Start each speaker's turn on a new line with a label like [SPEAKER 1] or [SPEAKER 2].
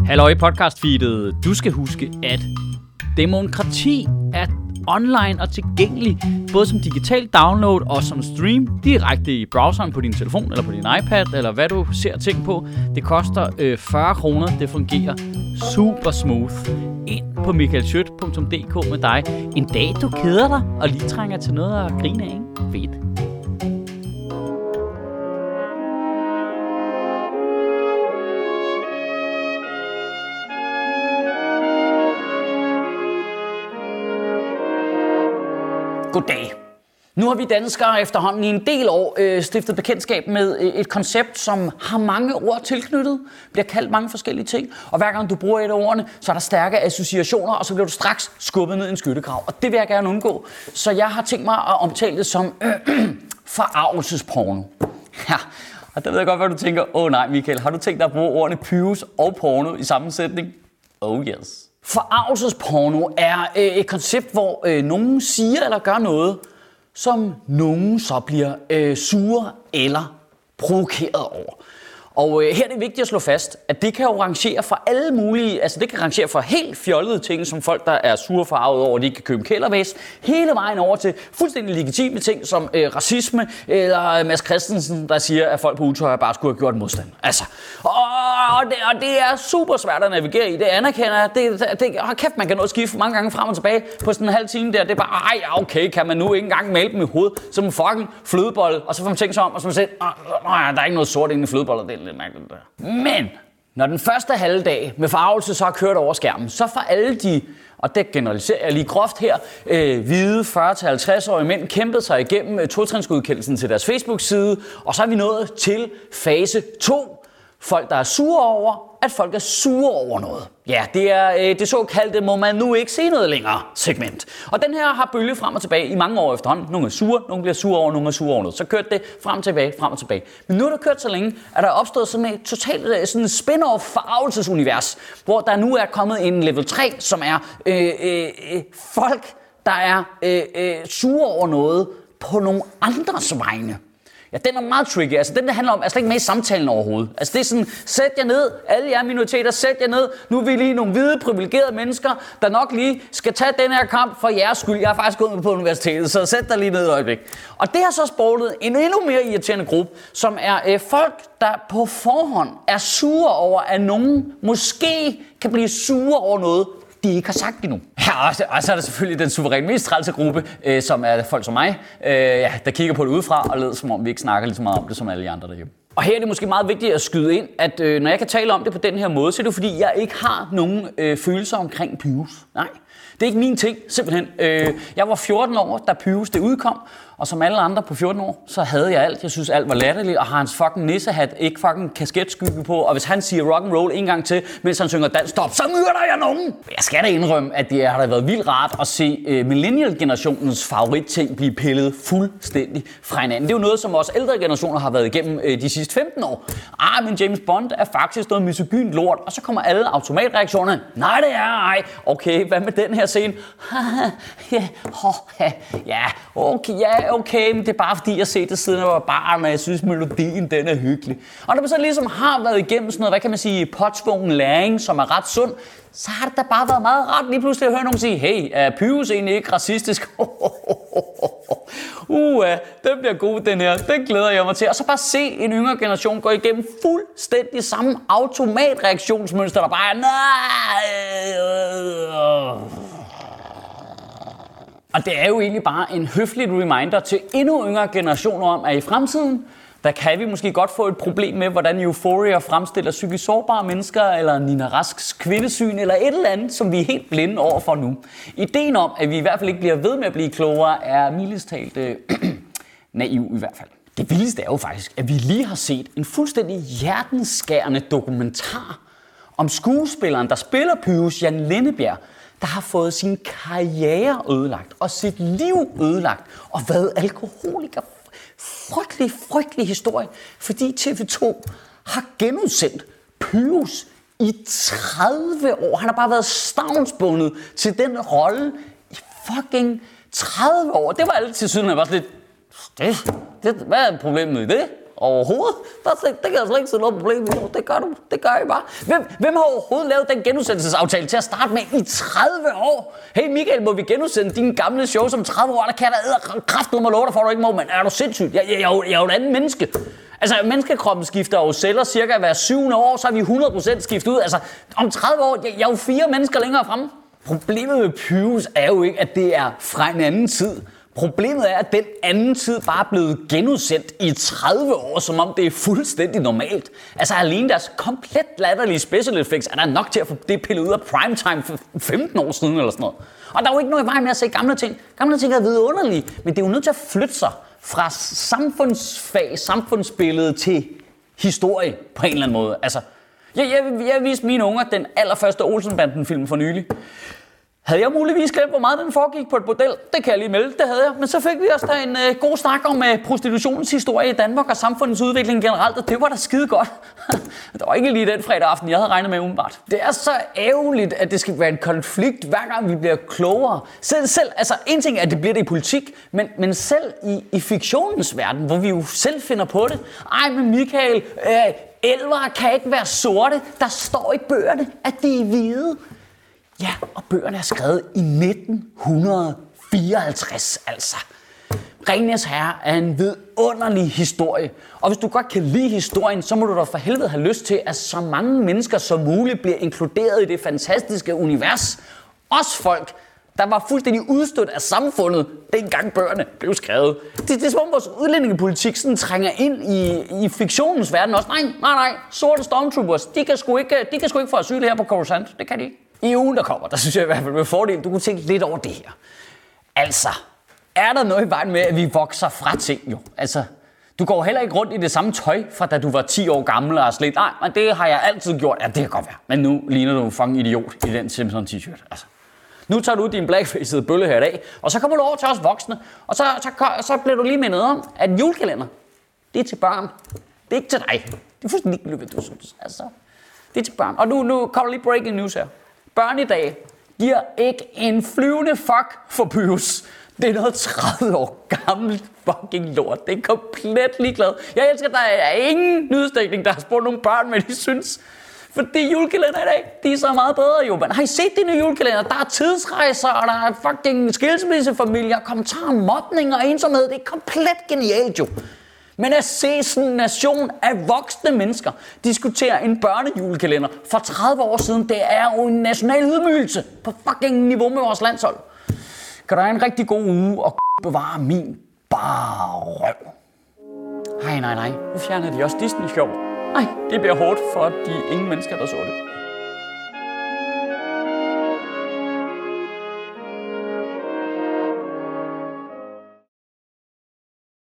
[SPEAKER 1] Halløj i podcastfeedet. Du skal huske, at demokrati er online og tilgængelig, både som digital download og som stream direkte i browseren på din telefon eller på din iPad, eller hvad du ser ting på. Det koster 40 kroner. Det fungerer super smooth. Ind på michaelschødt.dk med dig. En dag du keder dig og lige trænger til noget at grine af, ikke? Fedt. Goddag. Nu har vi danskere efterhånden i en del år stiftet bekendtskab med et koncept, som har mange ord tilknyttet, bliver kaldt mange forskellige ting, og hver gang du bruger et af ordene, så er der stærke associationer, og så bliver du straks skubbet ned i en skyttegrav, og det vil jeg gerne undgå. Så jeg har tænkt mig at omtale det som forargelsesporno. Ja, og der ved jeg godt, hvad du tænker. Nej, Michael, har du tænkt dig at bruge ordene pyrus og porno i sammensætning? Oh yes. Forargelsesporno er et koncept, hvor nogen siger eller gør noget, som nogen så bliver sure eller provokeret over. Og her er det vigtigt at slå fast, at det kan jo rangere for alle mulige, altså det kan rangere for helt fjollede ting, som folk, der er sure forarget over, at de ikke kan købe en kældervæs, hele vejen over til fuldstændig legitime ting, som racisme, eller Mads Christensen, der siger, at folk på utøjer bare skulle have gjort modstand. Altså, og det er super svært at navigere i, det anerkender jeg. Kæft, man kan nå at skifte mange gange frem og tilbage på sådan en halv time der. Det er bare, okay, kan man nu ikke engang male dem i hovedet som en fucking flødebolle, og så får man tænkt sig om, og så man siger, der er ikke noget sort inde i flødeboller, det er lidt mærkeligt der. Men når den første halvdag med forargelse så har kørt over skærmen, så får alle de, og det generaliserer jeg lige groft her, hvide 40-50-årige mænd kæmpet sig igennem totrinsgodkendelsen til deres Facebook-side, og så er vi nået til fase 2. Folk, der er sure over, at folk er sure over noget. Ja, det er det såkaldte, må man nu ikke se noget længere segment. Og den her har bølget frem og tilbage i mange år efterhånden. Nogle er sure, nogle bliver sure over, nogle er sure over noget. Så kørte det frem og tilbage. Men nu er der kørt så længe, at der er opstået sådan et totalt sådan spin-off forargelsesunivers, hvor der nu er kommet en level 3, som er folk, der er sure over noget på nogle andres vegne. Ja, den er meget tricky. Altså, den, der handler om, er slet ikke med i samtalen overhovedet. Altså, det er sådan, sæt jer ned, alle jer minoriteter, sæt jer ned. Nu er vi lige nogle hvide, privilegerede mennesker, der nok lige skal tage den her kamp for jeres skyld. Jeg har faktisk gået på universitetet, så sæt dig lige ned et øjeblik. Og det har så sportet en endnu mere irriterende gruppe, som er folk, der på forhånd er sure over, at nogen måske kan blive sure over noget, de ikke har sagt endnu. Ja, og så er der selvfølgelig den suverænt mest trælse gruppe, som er folk som mig, der kigger på det udefra og lader som om vi ikke snakker lige så meget om det som alle de andre derhjemme. Og her er det måske meget vigtigt at skyde ind, at når jeg kan tale om det på den her måde, så er det fordi, jeg ikke har nogen følelser omkring pyrus. Nej, det er ikke min ting, simpelthen. Jeg var 14 år, da pyrus det udkom, og som alle andre på 14 år, så havde jeg alt. Jeg synes, alt var latterligt, og har hans fucking nissehat ikke fucking kasketskygge på. Og hvis han siger rock and roll en gang til, mens han synger dansk stop, så myrder jeg nogen! Jeg skal da indrømme, at det har da været vildt rart at se millennial-generationens favoritting blive pillet fuldstændig fra hinanden. Det er jo noget, som også ældre generationer har været igennem de sidste 15 år. Men James Bond er faktisk noget misogynt lort, og så kommer alle automatreaktionerne. Nej, det er ej. Okay, hvad med den her scene? Okay, men det er bare fordi, jeg set det siden jeg var barn, og jeg synes, melodien den er hyggelig. Og når man så ligesom har været igennem sådan noget, hvad kan man sige, påtvungen læring, som er ret sund, så har det da bare været meget rart lige pludselig at høre nogen sige, hey, er pyrus egentlig ikke racistisk? Den bliver god, den her. Den glæder jeg mig til. Og så bare se en yngre generation gå igennem fuldstændig samme automatreaktionsmønster, der bare er Og det er jo egentlig bare en høflig reminder til endnu yngre generationer om, at i fremtiden, der kan vi måske godt få et problem med, hvordan Euphoria fremstiller psykisk sårbare mennesker, eller Nina Rasks kvindesyn, eller et eller andet, som vi er helt blinde over for nu. Ideen om, at vi i hvert fald ikke bliver ved med at blive klogere, er mildest talt naiv i hvert fald. Det vildeste er jo faktisk, at vi lige har set en fuldstændig hjerteskærende dokumentar om skuespilleren, der spiller Pyrus, Jan Lindebjerg, der har fået sin karriere ødelagt og sit liv ødelagt og været alkoholiker. Frygtelig historie, fordi TV2 har genudsendt Pyrus i 30 år. Han har bare været stavnsbundet til den rolle i fucking 30 år. Det var altid syden, han var sådan lidt, hvad er problemet i det? Overhovedet? Det kan jeg slet ikke se noget problem i. Det gør I bare. Hvem har overhovedet lavet den genudsendelsesaftale til at starte med i 30 år? Hey Michael, må vi genudsende dine gamle shows om 30 år? Der kan der kraftedeme love dig for, du ikke må, men er du sindssygt? Jeg er jo et andet menneske. Altså, menneskekroppen skifter jo celler cirka hver 7. år, så er vi 100% skiftet ud. Altså, om 30 år, jeg er jo 4 mennesker længere fremme. Problemet med Pyrus er jo ikke, at det er fra en anden tid. Problemet er, at den anden tid bare er blevet genudsendt i 30 år, som om det er fuldstændig normalt. Altså alene deres komplet latterlige special effects er der nok til at få det pillet ud af primetime for 15 år siden eller sådan noget. Og der er jo ikke noget i vejen med at se gamle ting. Gamle ting er vidunderlige, men det er jo nødt til at flytte sig fra samfundsfag, samfundsbillede til historie på en eller anden måde. Altså, jeg viste mine unger den allerførste Olsenbanden-film for nylig. Havde jeg muligvis glemt, hvor meget den foregik på et bordel? Det kan jeg lige melde, det havde jeg. Men så fik vi også da en god snak om prostitutionens historie i Danmark og samfundets udvikling generelt, og det var da skide godt. Der var ikke lige den fredag aften, jeg havde regnet med umiddelbart. Det er så ærgerligt, at det skal være en konflikt, hver gang vi bliver klogere. Altså en ting er, at det bliver det i politik, men selv i fiktionens verden, hvor vi jo selv finder på det. Ej, men Michael, elvere kan ikke være sorte. Der står i bøgerne, at de er hvide. Ja, og bøgerne er skrevet i 1954, altså. Ringenes Herre er en vidunderlig historie. Og hvis du godt kan lide historien, så må du da for helvede have lyst til, at så mange mennesker som muligt bliver inkluderet i det fantastiske univers. Også folk, der var fuldstændig udstødt af samfundet, dengang bøgerne blev skrevet. Det er som om vores udlændingepolitik sådan trænger ind i fiktionens verden også. Nej, sorte stormtroopers, de kan sgu ikke få asyl her på Coruscant. Det kan de ikke. I ugen, der kommer, der synes jeg i hvert fald med fordel, du kunne tænke lidt over det her. Altså, er der noget i vejen med, at vi vokser fra ting jo? Altså, du går heller ikke rundt i det samme tøj, fra da du var 10 år gammel og slet. Nej, men det har jeg altid gjort. Ja, det kan godt være. Men nu ligner du en fucking idiot i den Simpson t-shirt. Altså. Nu tager du din blackfacede bølle her i dag, og så kommer du over til os voksne, og så bliver du lige mindet om, at en julekalender, det er til børn. Det er ikke til dig. Det er fuldstændig ligegyldigt, hvad du synes. Altså, det er til børn. Og nu kommer lige breaking news her. Børn i dag giver ikke en flyvende fuck for Pyrus. Det er noget 30 år gammelt fucking lort. Det er komplet ligeglad. Jeg elsker, at der er ingen nyhedsdækning, der har spurgt nogle børn, hvad de synes. Fordi julekalender i dag, de er så meget bedre jo. Men har I set de nye julekalender? Der er tidsrejser, og der er fucking skilsmissefamilier, kommentarer om mobning og ensomhed. Det er komplet genialt jo. Men at se sådan en nation af voksne mennesker diskutere en børnejulekalender for 30 år siden, det er jo en national ydmygelse på fucking niveau med vores landshold. Kan du have en rigtig god uge og bevare min bare røv. Nej. Nu fjerner de også Disney Show. Nej, det bliver hårdt for de ingen mennesker, der så det.